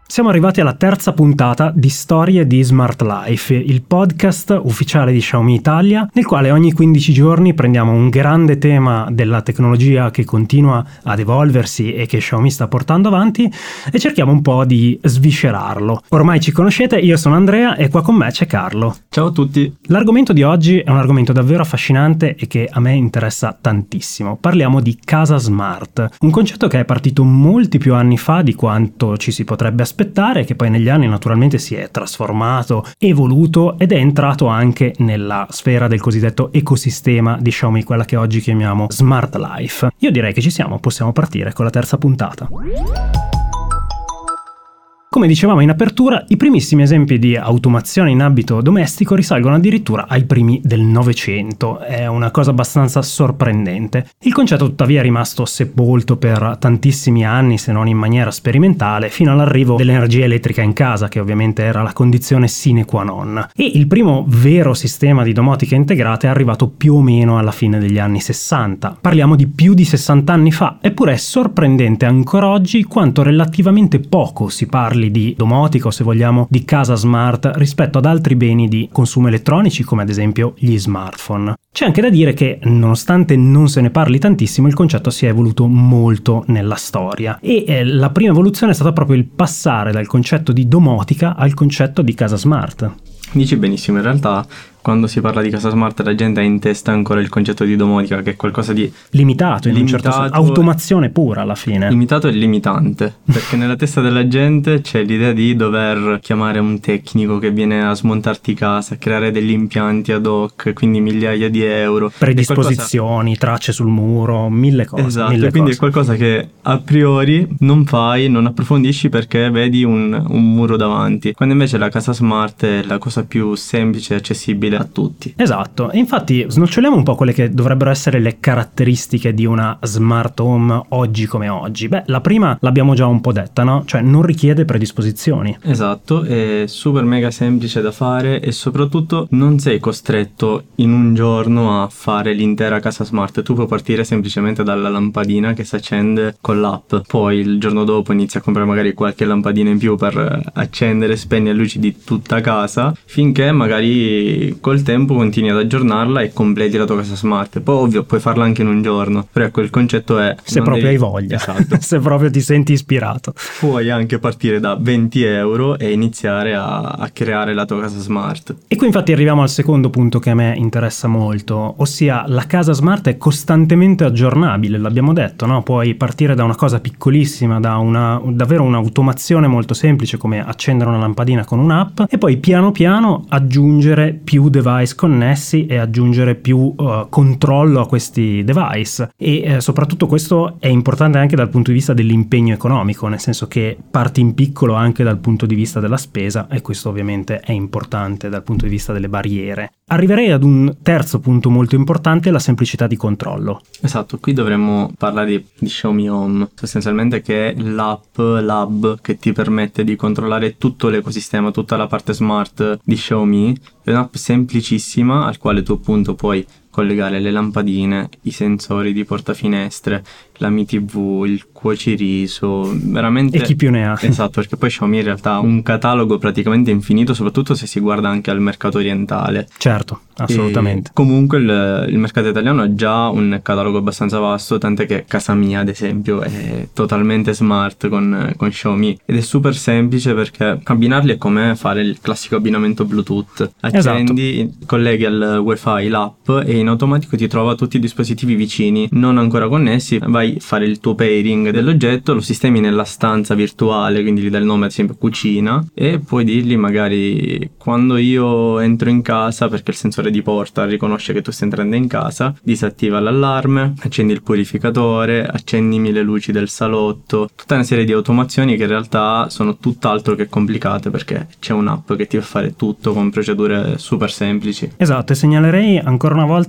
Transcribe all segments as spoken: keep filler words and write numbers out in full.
Siamo arrivati alla terza puntata di Storie di Smart Life, il podcast ufficiale di Xiaomi Italia, nel quale ogni quindici giorni prendiamo un grande tema della tecnologia che continua ad evolversi e che Xiaomi sta portando avanti e cerchiamo un po' di sviscerarlo. Ormai ci conoscete, io sono Andrea e qua con me c'è Carlo. Ciao a tutti. L'argomento di oggi è un argomento davvero affascinante e che a me interessa tantissimo. Parliamo di casa smart, un concetto che è partito molti più anni fa di quanto ci si potrebbe aspettare, che poi negli anni naturalmente si è trasformato, evoluto ed è entrato anche nella sfera del cosiddetto ecosistema di Xiaomi, quella che oggi chiamiamo Smart Life. Io direi che ci siamo, possiamo partire con la terza puntata. Come dicevamo in apertura, i primissimi esempi di automazione in ambito domestico risalgono addirittura ai primi del Novecento. È una cosa abbastanza sorprendente. Il concetto tuttavia è rimasto sepolto per tantissimi anni, se non in maniera sperimentale, fino all'arrivo dell'energia elettrica in casa, che ovviamente era la condizione sine qua non. E il primo vero sistema di domotica integrata è arrivato più o meno alla fine degli anni sessanta. Parliamo di più di sessanta anni fa, eppure è sorprendente ancora oggi quanto relativamente poco si parli di domotica o, se vogliamo, di casa smart rispetto ad altri beni di consumo elettronici come ad esempio gli smartphone. C'è anche da dire che, nonostante non se ne parli tantissimo, il concetto si è evoluto molto nella storia e eh, la prima evoluzione è stata proprio il passare dal concetto di domotica al concetto di casa smart. Dici benissimo, in realtà quando si parla di casa smart la gente ha in testa ancora il concetto di domotica, che è qualcosa di limitato, in limitato, un certo senso, automazione pura alla fine. Limitato e limitante, perché nella testa della gente c'è l'idea di dover chiamare un tecnico che viene a smontarti casa, creare degli impianti ad hoc, quindi migliaia di euro. Predisposizioni, qualcosa... tracce sul muro, mille cose. Esatto, mille quindi cose. È qualcosa che a priori non fai, non approfondisci perché vedi un, un muro davanti, quando invece la casa smart è la cosa più semplice e accessibile a tutti. Esatto, e infatti snoccioliamo un po' quelle che dovrebbero essere le caratteristiche di una smart home oggi come oggi. Beh, la prima l'abbiamo già un po' detta, no? Cioè non richiede predisposizioni. Esatto, è super mega semplice da fare e soprattutto non sei costretto in un giorno a fare l'intera casa smart. Tu puoi partire semplicemente dalla lampadina che si accende con l'app, poi il giorno dopo inizi a comprare magari qualche lampadina in più per accendere e spegnere le luci di tutta casa, finché magari col tempo continui ad aggiornarla e completi la tua casa smart. Poi ovvio puoi farla anche in un giorno, però ecco, il concetto è se proprio devi... hai voglia. Esatto. Se proprio ti senti ispirato, puoi anche partire da venti euro e iniziare a, a creare la tua casa smart. E qui infatti arriviamo al secondo punto che a me interessa molto, ossia la casa smart è costantemente aggiornabile, l'abbiamo detto, no? Puoi partire da una cosa piccolissima, da una davvero un'automazione molto semplice come accendere una lampadina con un'app, e poi piano piano aggiungere più device connessi e aggiungere più uh, controllo a questi device. E eh, soprattutto questo è importante anche dal punto di vista dell'impegno economico, nel senso che parti in piccolo anche dal punto di vista della spesa, e questo ovviamente è importante dal punto di vista delle barriere. Arriverei ad un terzo punto molto importante, la semplicità di controllo. Esatto, qui dovremmo parlare di, di Xiaomi Home, sostanzialmente, che è l'app, l'hub che ti permette di controllare tutto l'ecosistema, tutta la parte smart di Xiaomi. È un'app semplicissima al quale tu appunto puoi collegare le lampadine, i sensori di portafinestre, la Mi tivù, il cuociriso, veramente... E chi più ne ha. Esatto, perché poi Xiaomi in realtà ha un catalogo praticamente infinito, soprattutto se si guarda anche al mercato orientale. Certo, assolutamente. E comunque il, il mercato italiano ha già un catalogo abbastanza vasto, tant'è che casa mia ad esempio è totalmente smart con, con Xiaomi, ed è super semplice perché abbinarli è come fare il classico abbinamento Bluetooth. Accendi, esatto, colleghi al wifi l'app e in automatico ti trova tutti i dispositivi vicini non ancora connessi, vai a fare il tuo pairing dell'oggetto, lo sistemi nella stanza virtuale, quindi gli dai il nome ad esempio cucina, e puoi dirgli magari quando io entro in casa, perché il sensore di porta riconosce che tu stai entrando in casa, disattiva l'allarme, accendi il purificatore, accendimi le luci del salotto, tutta una serie di automazioni che in realtà sono tutt'altro che complicate perché c'è un'app che ti fa fare tutto con procedure super semplici. Esatto, e segnalerei ancora una volta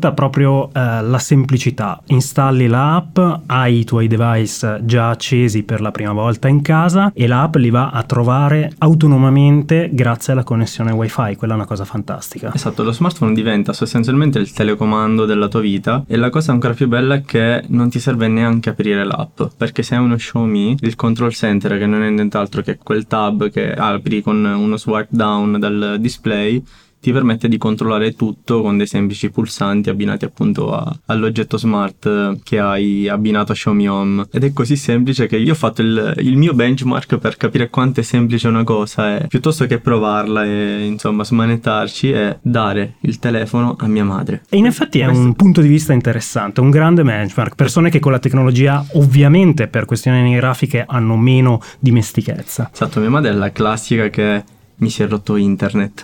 volta proprio eh, la semplicità. Installi l'app, hai i tuoi device già accesi per la prima volta in casa e l'app li va a trovare autonomamente grazie alla connessione wifi. Quella è una cosa fantastica. Esatto, lo smartphone diventa sostanzialmente il telecomando della tua vita e la cosa ancora più bella è che non ti serve neanche aprire l'app, perché se hai uno Xiaomi, il control center, che non è nient'altro che quel tab che apri con uno swipe down dal display, ti permette di controllare tutto con dei semplici pulsanti abbinati appunto a, all'oggetto smart che hai abbinato a Xiaomi Home. Ed è così semplice che io ho fatto il, il mio benchmark per capire quanto è semplice una cosa e piuttosto che provarla e insomma smanettarci è dare il telefono a mia madre. E in effetti è Questo... un punto di vista interessante, un grande benchmark. Persone che con la tecnologia ovviamente per questioni anagrafiche hanno meno dimestichezza. Esatto, mia madre è la classica che mi si è rotto internet.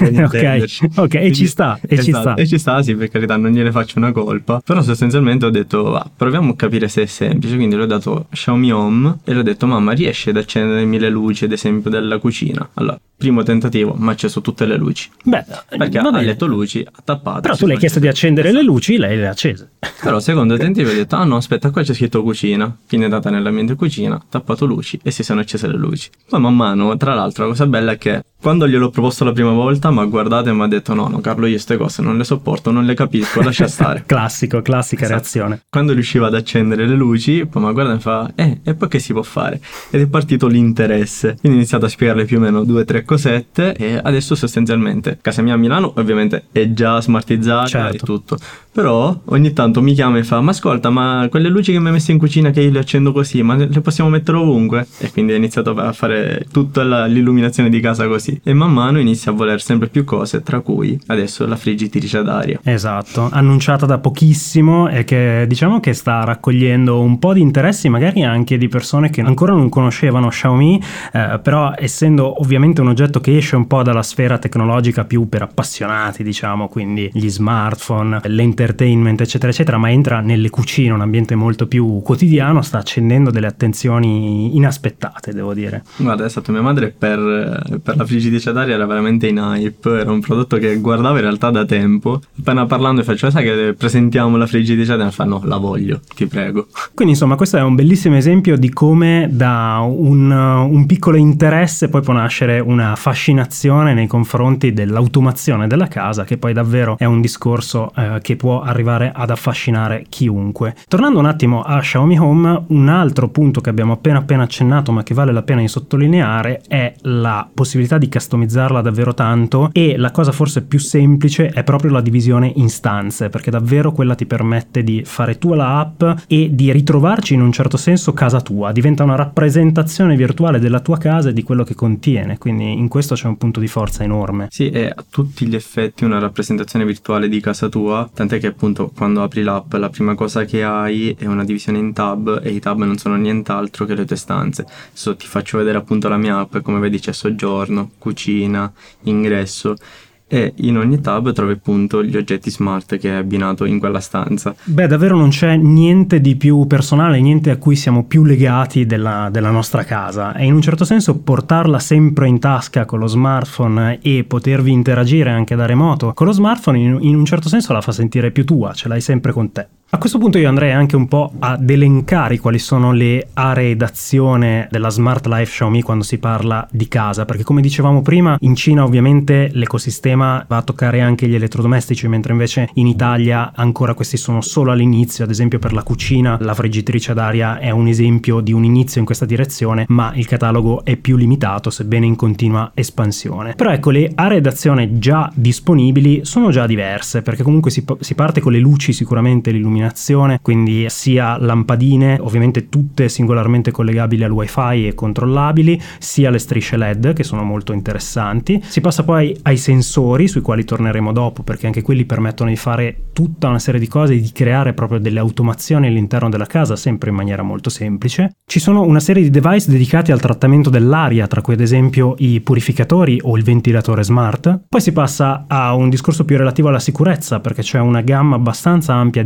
ok, ok, e ci sta, e esatto, ci sta. E ci sta, sì, per carità, non gliene faccio una colpa. Però sostanzialmente ho detto, va, proviamo a capire se è semplice. Quindi le ho dato Xiaomi Home e le ho detto, mamma, riesci ad accendermi le luci, ad esempio, della cucina? Allora, primo tentativo, ma ho acceso tutte le luci. Beh, perché ha letto luci, ha tappato. Però tu le hai chiesto di accendere le luci, lei le ha accese. Però secondo tentativo ho detto, ah no, aspetta, qua c'è scritto cucina. Quindi è andata nell'ambiente cucina, tappato luci e si sono accese le luci. Poi man mano, tra l'altro, la cosa bella è che quando gliel'ho proposto la prima volta mi ha guardato e mi ha detto no, no Carlo, io queste cose non le sopporto, non le capisco, lascia stare. Classico, classica esatto. reazione. Quando riusciva ad accendere le luci, poi mi guarda e mi fa eh, e poi che si può fare? Ed è partito l'interesse. Quindi ho iniziato a spiegarle più o meno due o tre cosette e adesso sostanzialmente casa mia a Milano ovviamente è già smartizzata certo. e tutto. Però ogni tanto mi chiama e fa ma ascolta, ma quelle luci che mi hai messo in cucina che io le accendo così, ma le possiamo mettere ovunque? E quindi ho iniziato a fare tutta la, l'illuminazione di casa così. E man mano inizia a voler sempre più cose, tra cui adesso la friggitrice ad aria. Esatto, annunciata da pochissimo e che diciamo che sta raccogliendo un po' di interessi magari anche di persone che ancora non conoscevano Xiaomi, eh, però essendo ovviamente un oggetto che esce un po' dalla sfera tecnologica più per appassionati, diciamo, quindi gli smartphone, l'entertainment eccetera eccetera, ma entra nelle cucine, un ambiente molto più quotidiano, sta accendendo delle attenzioni inaspettate, devo dire. Guarda, è stato mia madre per, per la friggitrice ad aria era veramente in hype, era un prodotto che guardavo in realtà da tempo. Appena parlando e faccio sai che presentiamo la friggitrice ad aria, fa no, la voglio, ti prego. Quindi insomma questo è un bellissimo esempio di come da un, un piccolo interesse poi può nascere una fascinazione nei confronti dell'automazione della casa, che poi davvero è un discorso eh, che può arrivare ad affascinare chiunque. Tornando un attimo a Xiaomi Home, un altro punto che abbiamo appena appena accennato ma che vale la pena di sottolineare è la possibilità di customizzarla davvero tanto, e la cosa forse più semplice è proprio la divisione in stanze, perché davvero quella ti permette di fare tu la app e di ritrovarci in un certo senso casa tua, diventa una rappresentazione virtuale della tua casa e di quello che contiene, quindi in questo c'è un punto di forza enorme. Sì, è a tutti gli effetti una rappresentazione virtuale di casa tua, tant'è che appunto quando apri l'app la prima cosa che hai è una divisione in tab e i tab non sono nient'altro che le tue stanze. Adesso ti faccio vedere appunto la mia app, come vedi c'è soggiorno, cucina, ingresso, e in ogni tab trovi appunto gli oggetti smart che è abbinato in quella stanza. Beh, davvero non c'è niente di più personale, niente a cui siamo più legati della, della nostra casa, e in un certo senso portarla sempre in tasca con lo smartphone e potervi interagire anche da remoto con lo smartphone in, in un certo senso la fa sentire più tua, ce l'hai sempre con te. A questo punto io andrei anche un po' ad elencare quali sono le aree d'azione della Smart Life Xiaomi quando si parla di casa, perché come dicevamo prima in Cina ovviamente l'ecosistema va a toccare anche gli elettrodomestici, mentre invece in Italia ancora questi sono solo all'inizio. Ad esempio per la cucina la friggitrice ad aria è un esempio di un inizio in questa direzione, ma il catalogo è più limitato sebbene in continua espansione. Però ecco, le aree d'azione già disponibili sono già diverse, perché comunque si, si parte con le luci, sicuramente l'illuminazione, quindi sia lampadine, ovviamente tutte singolarmente collegabili al wifi e controllabili, sia le strisce L E D che sono molto interessanti. Si passa poi ai sensori, sui quali torneremo dopo, perché anche quelli permettono di fare tutta una serie di cose, di creare proprio delle automazioni all'interno della casa, sempre in maniera molto semplice. Ci sono una serie di device dedicati al trattamento dell'aria, tra cui ad esempio i purificatori o il ventilatore smart. Poi si passa a un discorso più relativo alla sicurezza, perché c'è una gamma abbastanza ampia di telecamere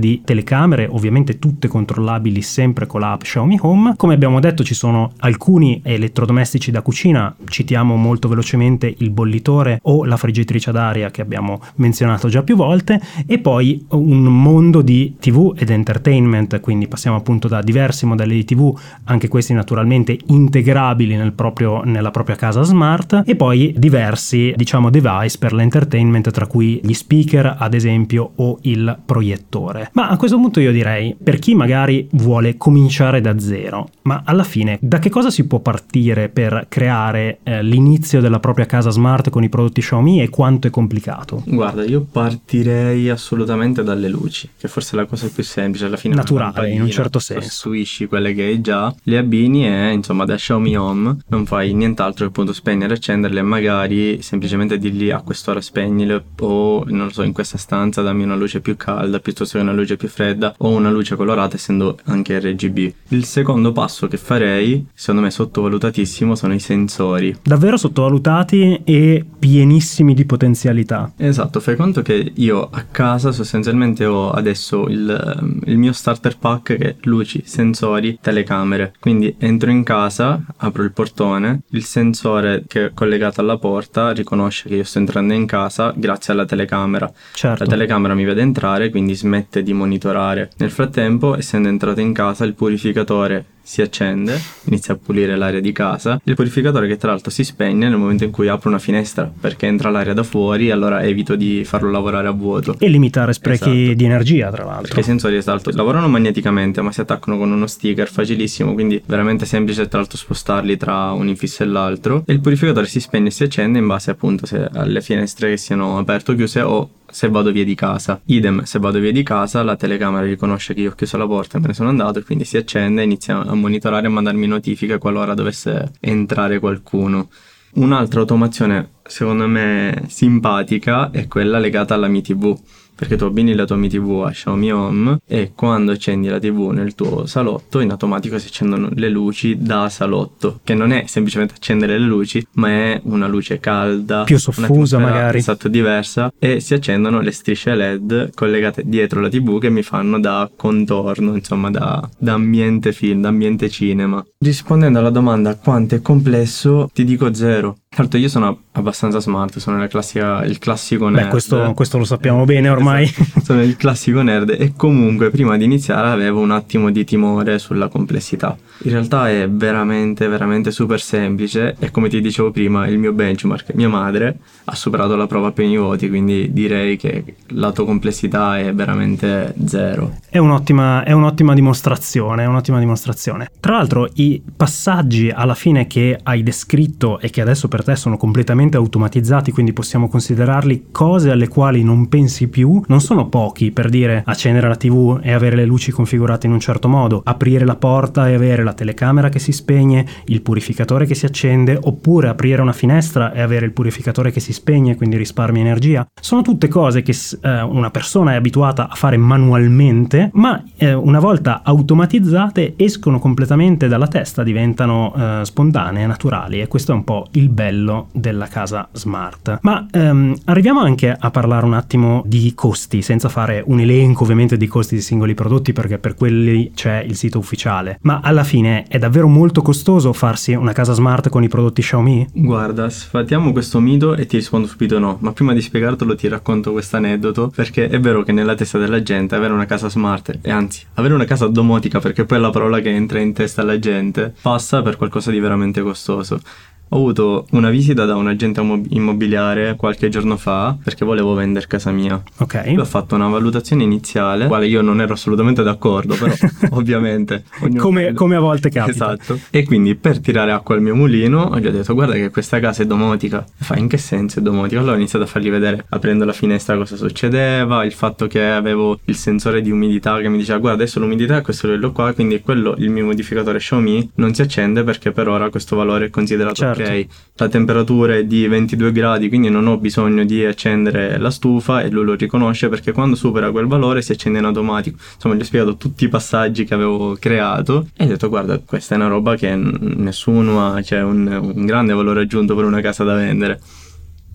telecamere, ovviamente tutte controllabili sempre con l'app Xiaomi Home. Come abbiamo detto, ci sono alcuni elettrodomestici da cucina, citiamo molto velocemente il bollitore o la friggitrice ad aria che abbiamo menzionato già più volte, e poi un mondo di tivù ed entertainment, quindi passiamo appunto da diversi modelli di tivù, anche questi naturalmente integrabili nel proprio, nella propria casa smart, e poi diversi, diciamo, device per l'entertainment, tra cui gli speaker ad esempio o il proiettore. Ma a questo punto io direi, per chi magari vuole cominciare da zero, ma alla fine da che cosa si può partire per creare eh, l'inizio della propria casa smart con i prodotti Xiaomi, e quanto è complicato? Guarda, io partirei assolutamente dalle luci, che forse è la cosa più semplice, alla fine naturale in un certo senso, sostituisci quelle che hai già, le abbini e insomma da Xiaomi Home non fai nient'altro che appunto spegnere e accenderle, e magari semplicemente dirgli a quest'ora spegnile, o non lo so, in questa stanza dammi una luce più calda piuttosto che una luce più fredda, o una luce colorata essendo anche R G B. Il secondo passo che farei, secondo me sottovalutatissimo, sono i sensori. Davvero sottovalutati e pienissimi di potenzialità. Esatto, fai conto che io a casa sostanzialmente ho adesso il, il mio starter pack che è luci, sensori, telecamere. Quindi entro in casa, apro il portone, il sensore che è collegato alla porta riconosce che io sto entrando in casa grazie alla telecamera. Certo. La telecamera mi vede entrare, quindi smette di monitorare. Nel frattempo, essendo entrato in casa, il purificatore si accende, inizia a pulire l'aria di casa. Il purificatore, che tra l'altro si spegne nel momento in cui apro una finestra, perché entra l'aria da fuori, allora evito di farlo lavorare a vuoto e limitare sprechi esatto. di energia, tra l'altro, perché i sensori esatto lavorano magneticamente ma si attaccano con uno sticker facilissimo, quindi veramente semplice tra l'altro spostarli tra un infisso e l'altro, e il purificatore si spegne e si accende in base appunto se alle finestre che siano aperte o chiuse, o se vado via di casa. Idem, se vado via di casa la telecamera riconosce che io ho chiuso la porta e me ne sono andato, e quindi si accende e inizia a monitorare e a mandarmi notifiche qualora dovesse entrare qualcuno. Un'altra automazione secondo me simpatica è quella legata alla Mi tivù, perché tu abbini la tua Mi tivù a Xiaomi Home e quando accendi la tivù nel tuo salotto in automatico si accendono le luci da salotto, che non è semplicemente accendere le luci ma è una luce calda, più soffusa magari, esatto, diversa, e si accendono le strisce L E D collegate dietro la tivù che mi fanno da contorno, insomma da, da ambiente film, da ambiente cinema. Rispondendo alla domanda quanto è complesso, ti dico zero. Certo, io sono abbastanza smart, sono la classica, il classico nerd. Beh, questo, questo lo sappiamo bene ormai. Esatto. Sono il classico nerd, e comunque prima di iniziare avevo un attimo di timore sulla complessità. In realtà è veramente, veramente super semplice, e come ti dicevo prima, il mio benchmark, mia madre, ha superato la prova a pieni voti, quindi direi che la tua complessità è veramente zero. È un'ottima, è un'ottima dimostrazione, è un'ottima dimostrazione. Tra l'altro i passaggi alla fine che hai descritto e che adesso per te sono completamente automatizzati, quindi possiamo considerarli cose alle quali non pensi più, non sono pochi. Per dire, accendere la tivù e avere le luci configurate in un certo modo, aprire la porta e avere la telecamera che si spegne, il purificatore che si accende, oppure aprire una finestra e avere il purificatore che si spegne, quindi risparmia energia. Sono tutte cose che eh, una persona è abituata a fare manualmente, ma eh, una volta automatizzate escono completamente dalla testa, diventano eh, spontanee, naturali, e questo è un po' il bello della casa smart. Ma ehm, arriviamo anche a parlare un attimo di costi, senza fare un elenco ovviamente di costi di singoli prodotti, perché per quelli c'è il sito ufficiale. Ma alla fine è davvero molto costoso farsi una casa smart con i prodotti Xiaomi? Guarda, sfatiamo questo mito e ti rispondo subito no, ma prima di spiegartelo ti racconto questo aneddoto, perché è vero che nella testa della gente avere una casa smart, e anzi avere una casa domotica, perché poi è la parola che entra in testa alla gente, passa per qualcosa di veramente costoso. Ho avuto una visita da un agente immobiliare qualche giorno fa perché volevo vendere casa mia. Ok. Io ho fatto una valutazione iniziale, quale io non ero assolutamente d'accordo, però ovviamente come, come a volte capita. Esatto. E quindi per tirare acqua al mio mulino gli ho detto: guarda che questa casa è domotica. E fa: in che senso è domotica? Allora ho iniziato a fargli vedere, aprendo la finestra, cosa succedeva, il fatto che avevo il sensore di umidità che mi diceva: guarda, adesso l'umidità è questo livello qua, quindi quello, il mio modificatore Xiaomi non si accende perché per ora questo valore è considerato, certo. Ok, la temperatura è di ventidue gradi, quindi non ho bisogno di accendere la stufa, e lui lo riconosce perché quando supera quel valore si accende in automatico. Insomma, gli ho spiegato tutti i passaggi che avevo creato e gli ho detto: guarda, questa è una roba che nessuno ha, c'è un, un grande valore aggiunto per una casa da vendere.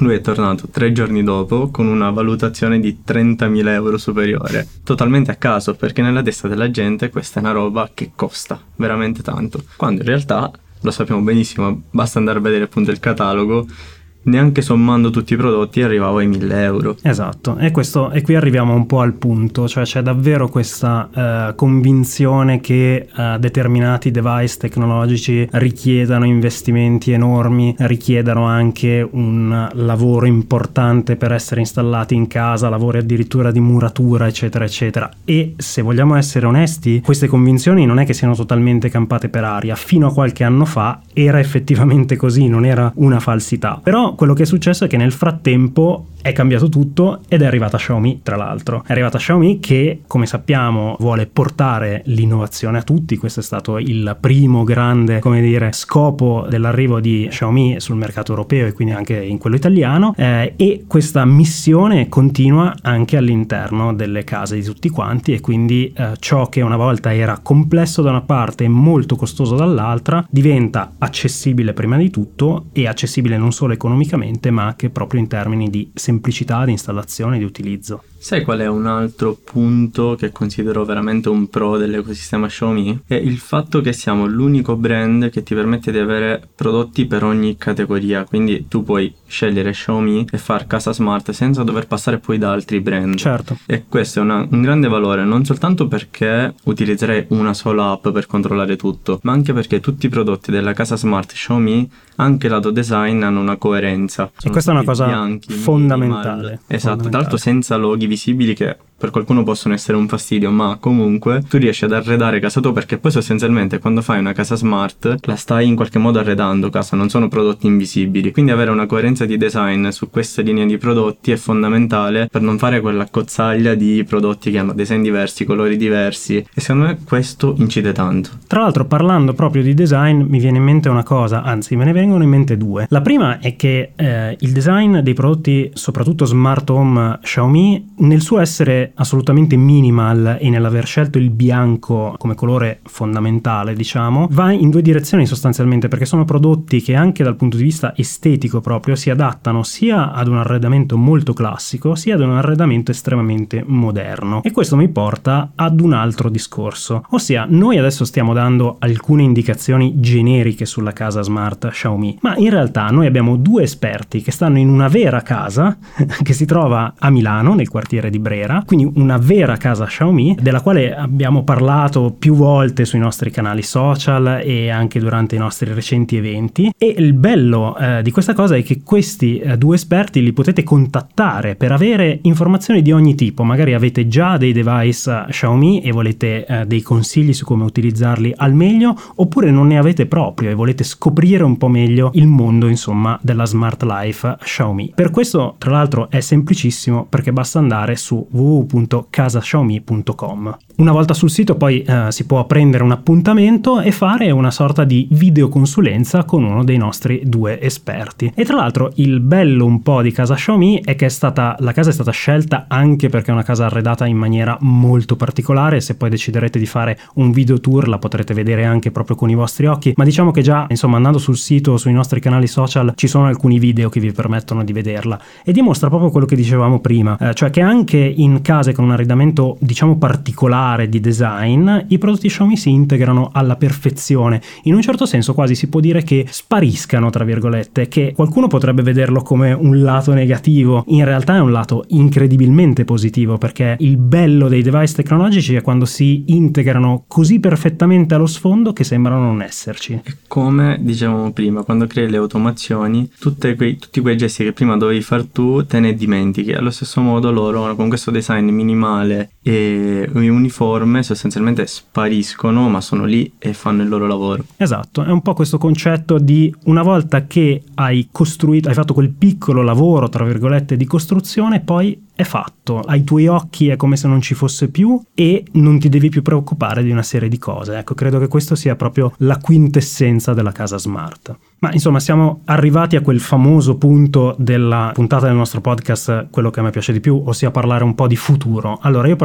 lui è tornato tre giorni dopo con una valutazione di trentamila euro superiore, totalmente a caso, perché nella testa della gente questa è una roba che costa veramente tanto, quando in realtà, lo sappiamo benissimo, basta andare a vedere appunto il catalogo, neanche sommando tutti i prodotti arrivavo ai mille euro. Esatto, e questo e qui arriviamo un po' al punto, cioè c'è davvero questa uh, convinzione che uh, determinati device tecnologici richiedano investimenti enormi, richiedano anche un lavoro importante per essere installati in casa, lavori addirittura di muratura, eccetera eccetera. E se vogliamo essere onesti, queste convinzioni non è che siano totalmente campate per aria. Fino a qualche anno fa era effettivamente così, non era una falsità. Però quello che è successo è che nel frattempo è cambiato tutto ed è arrivata Xiaomi, tra l'altro. È arrivata Xiaomi che, come sappiamo, vuole portare l'innovazione a tutti. Questo è stato il primo grande, come dire, scopo dell'arrivo di Xiaomi sul mercato europeo e quindi anche in quello italiano, eh, e questa missione continua anche all'interno delle case di tutti quanti, e quindi eh, ciò che una volta era complesso da una parte e molto costoso dall'altra diventa accessibile prima di tutto, e accessibile non solo economicamente ma anche proprio in termini di semplicità di installazione e di utilizzo. Sai qual è un altro punto che considero veramente un pro dell'ecosistema Xiaomi? È il fatto che siamo l'unico brand che ti permette di avere prodotti per ogni categoria, quindi tu puoi scegliere Xiaomi e far casa smart senza dover passare poi da altri brand. Certo. E questo è una, un grande valore, non soltanto perché utilizzerei una sola app per controllare tutto, ma anche perché tutti i prodotti della casa smart Xiaomi, anche lato design, hanno una coerenza. E questa è una cosa bianchi, fondamentale. minimal. Esatto, fondamentale. tra l'altro senza loghi visibili che per qualcuno possono essere un fastidio, ma comunque tu riesci ad arredare casa tua, perché poi sostanzialmente quando fai una casa smart la stai in qualche modo arredando casa, non sono prodotti invisibili, quindi avere una coerenza di design su queste linee di prodotti è fondamentale per non fare quella cozzaglia di prodotti che hanno design diversi, colori diversi, e secondo me questo incide tanto. Tra l'altro, parlando proprio di design, mi viene in mente una cosa, anzi me ne vengono in mente due. La prima è che eh, il design dei prodotti, soprattutto smart home Xiaomi, nel suo essere assolutamente minimal e nell'aver scelto il bianco come colore fondamentale, diciamo, va in due direzioni sostanzialmente, perché sono prodotti che anche dal punto di vista estetico proprio si adattano sia ad un arredamento molto classico sia ad un arredamento estremamente moderno. E questo mi porta ad un altro discorso, ossia noi adesso stiamo dando alcune indicazioni generiche sulla casa smart Xiaomi, ma in realtà noi abbiamo due esperti che stanno in una vera casa che si trova a Milano nel quartiere di Brera, quindi una vera casa Xiaomi, della quale abbiamo parlato più volte sui nostri canali social e anche durante i nostri recenti eventi. E il bello eh, di questa cosa è che questi eh, due esperti li potete contattare per avere informazioni di ogni tipo. Magari avete già dei device Xiaomi e volete eh, dei consigli su come utilizzarli al meglio, oppure non ne avete proprio e volete scoprire un po' meglio il mondo, insomma, della smart life Xiaomi. Per questo, tra l'altro, è semplicissimo, perché basta andare su w w w punto casa xiaomi punto com. Una volta sul sito poi eh, si può prendere un appuntamento e fare una sorta di videoconsulenza con uno dei nostri due esperti. E tra l'altro il bello un po' di casa Xiaomi è che è stata, la casa è stata scelta anche perché è una casa arredata in maniera molto particolare. Se poi deciderete di fare un video tour la potrete vedere anche proprio con i vostri occhi, ma diciamo che già, insomma, andando sul sito o sui nostri canali social ci sono alcuni video che vi permettono di vederla, e dimostra proprio quello che dicevamo prima, eh, cioè che anche in case con un arredamento diciamo particolare di design i prodotti Xiaomi si integrano alla perfezione. In un certo senso quasi si può dire che spariscano, tra virgolette, che qualcuno potrebbe vederlo come un lato negativo, in realtà è un lato incredibilmente positivo, perché il bello dei device tecnologici è quando si integrano così perfettamente allo sfondo che sembrano non esserci. È come dicevamo prima, quando crei le automazioni, tutte quei, tutti quei gesti che prima dovevi far tu te ne dimentichi. Allo stesso modo loro, con questo design minimale e uniforme, sostanzialmente spariscono, ma sono lì e fanno il loro lavoro. Esatto, è un po' questo concetto di una volta che hai costruito, hai fatto quel piccolo lavoro, tra virgolette, di costruzione, poi è fatto, ai tuoi occhi è come se non ci fosse più e non ti devi più preoccupare di una serie di cose. Ecco, credo che questo sia proprio la quintessenza della casa smart. Ma insomma siamo arrivati a quel famoso punto della puntata del nostro podcast, quello che a me piace di più, ossia parlare un po' di futuro. Allora io partirei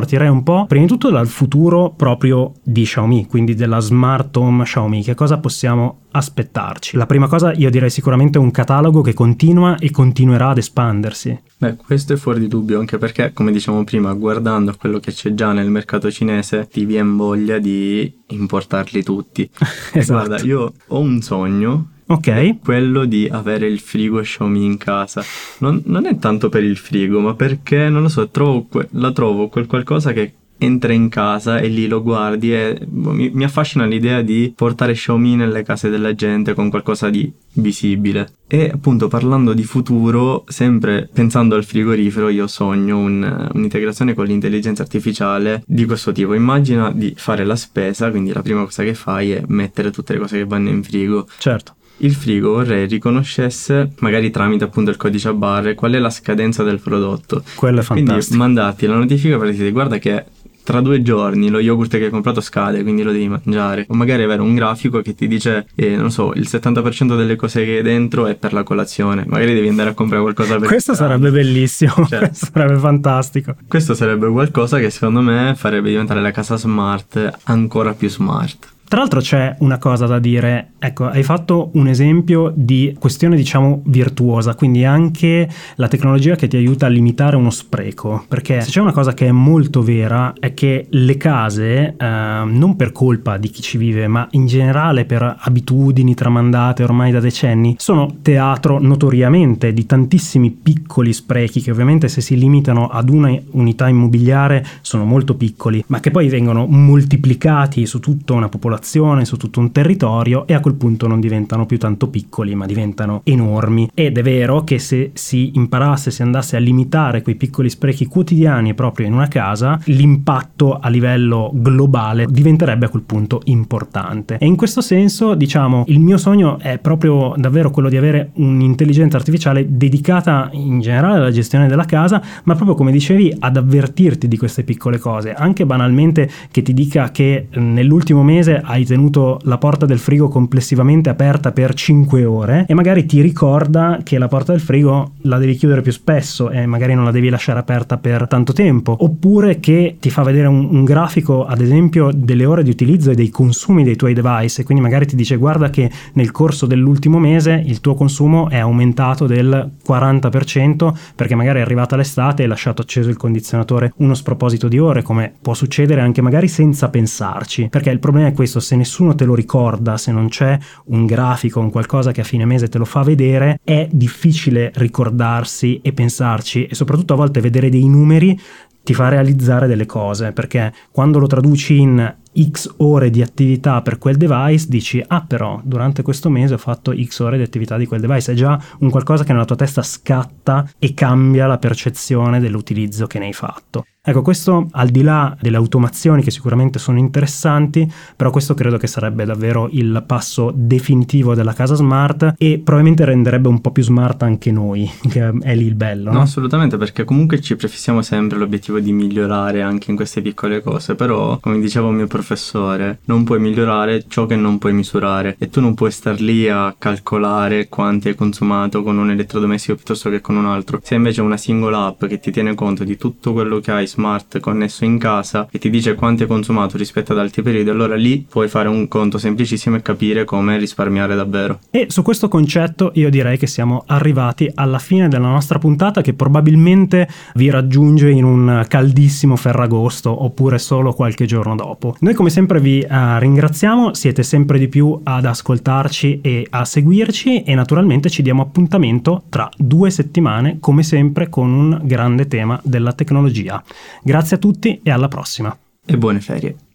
partirei un po' prima di tutto dal futuro proprio di Xiaomi, quindi della smart home Xiaomi. Che cosa possiamo aspettarci? La prima cosa io direi sicuramente un catalogo che continua e continuerà ad espandersi. Beh, questo è fuori di dubbio, anche perché, come diciamo prima, guardando a quello che c'è già nel mercato cinese, ti viene voglia di importarli tutti. Esatto. Guarda, io ho un sogno. Ok. Quello di avere il frigo Xiaomi in casa. Non, non è tanto per il frigo, ma perché, non lo so, trovo que- la trovo quel qualcosa che entra in casa e lì lo guardi e mi, mi affascina l'idea di portare Xiaomi nelle case della gente con qualcosa di visibile. E appunto, parlando di futuro, sempre pensando al frigorifero, io sogno un, un'integrazione con l'intelligenza artificiale di questo tipo. Immagina di fare la spesa, quindi la prima cosa che fai è mettere tutte le cose che vanno in frigo. Certo. Il frigo vorrei riconoscesse, magari tramite appunto il codice a barre, qual è la scadenza del prodotto. Quello è fantastico. Quindi mandarti la notifica per dire: guarda che tra due giorni lo yogurt che hai comprato scade, quindi lo devi mangiare. O magari avere un grafico che ti dice, eh, non so, il settanta per cento delle cose che hai dentro è per la colazione. Magari devi andare a comprare qualcosa per... Questo sarebbe bellissimo, cioè, sarebbe fantastico. Questo sarebbe qualcosa che secondo me farebbe diventare la casa smart ancora più smart. Tra l'altro c'è una cosa da dire, ecco, hai fatto un esempio di questione diciamo virtuosa, quindi anche la tecnologia che ti aiuta a limitare uno spreco, perché se c'è una cosa che è molto vera è che le case, eh, non per colpa di chi ci vive, ma in generale per abitudini tramandate ormai da decenni, sono teatro notoriamente di tantissimi piccoli sprechi che ovviamente se si limitano ad una unità immobiliare sono molto piccoli, ma che poi vengono moltiplicati su tutta una popolazione, su tutto un territorio, e a quel punto non diventano più tanto piccoli ma diventano enormi. Ed è vero che se si imparasse, si andasse a limitare quei piccoli sprechi quotidiani proprio in una casa, l'impatto a livello globale diventerebbe a quel punto importante. E in questo senso, diciamo, il mio sogno è proprio davvero quello di avere un'intelligenza artificiale dedicata in generale alla gestione della casa, ma proprio come dicevi ad avvertirti di queste piccole cose, anche banalmente che ti dica che nell'ultimo mese hai tenuto la porta del frigo complessivamente aperta per cinque ore e magari ti ricorda che la porta del frigo la devi chiudere più spesso e magari non la devi lasciare aperta per tanto tempo, oppure che ti fa vedere un, un grafico ad esempio delle ore di utilizzo e dei consumi dei tuoi device, e quindi magari ti dice: guarda che nel corso dell'ultimo mese il tuo consumo è aumentato del quaranta per cento perché magari è arrivata l'estate e hai lasciato acceso il condizionatore uno sproposito di ore, come può succedere anche magari senza pensarci, perché il problema è questo: se nessuno te lo ricorda, se non c'è un grafico, un qualcosa che a fine mese te lo fa vedere, è difficile ricordarsi e pensarci, e soprattutto a volte vedere dei numeri ti fa realizzare delle cose, perché quando lo traduci in X ore di attività per quel device dici: ah, però durante questo mese ho fatto X ore di attività di quel device. È già un qualcosa che nella tua testa scatta e cambia la percezione dell'utilizzo che ne hai fatto. Ecco, questo al di là delle automazioni che sicuramente sono interessanti, però questo credo che sarebbe davvero il passo definitivo della casa smart, e probabilmente renderebbe un po' più smart anche noi, che è lì il bello, no? No, assolutamente, perché comunque ci prefissiamo sempre l'obiettivo di migliorare anche in queste piccole cose, però come diceva il mio professore, non puoi migliorare ciò che non puoi misurare, e tu non puoi star lì a calcolare quanti hai consumato con un elettrodomestico piuttosto che con un altro. Se invece una singola app che ti tiene conto di tutto quello che hai smart connesso in casa e ti dice quanto hai consumato rispetto ad altri periodi, allora lì puoi fare un conto semplicissimo e capire come risparmiare davvero. E su questo concetto io direi che siamo arrivati alla fine della nostra puntata, che probabilmente vi raggiunge in un caldissimo Ferragosto oppure solo qualche giorno dopo. Noi come sempre vi uh, ringraziamo, siete sempre di più ad ascoltarci e a seguirci, e naturalmente ci diamo appuntamento tra due settimane come sempre con un grande tema della tecnologia. Grazie a tutti e alla prossima. E buone ferie.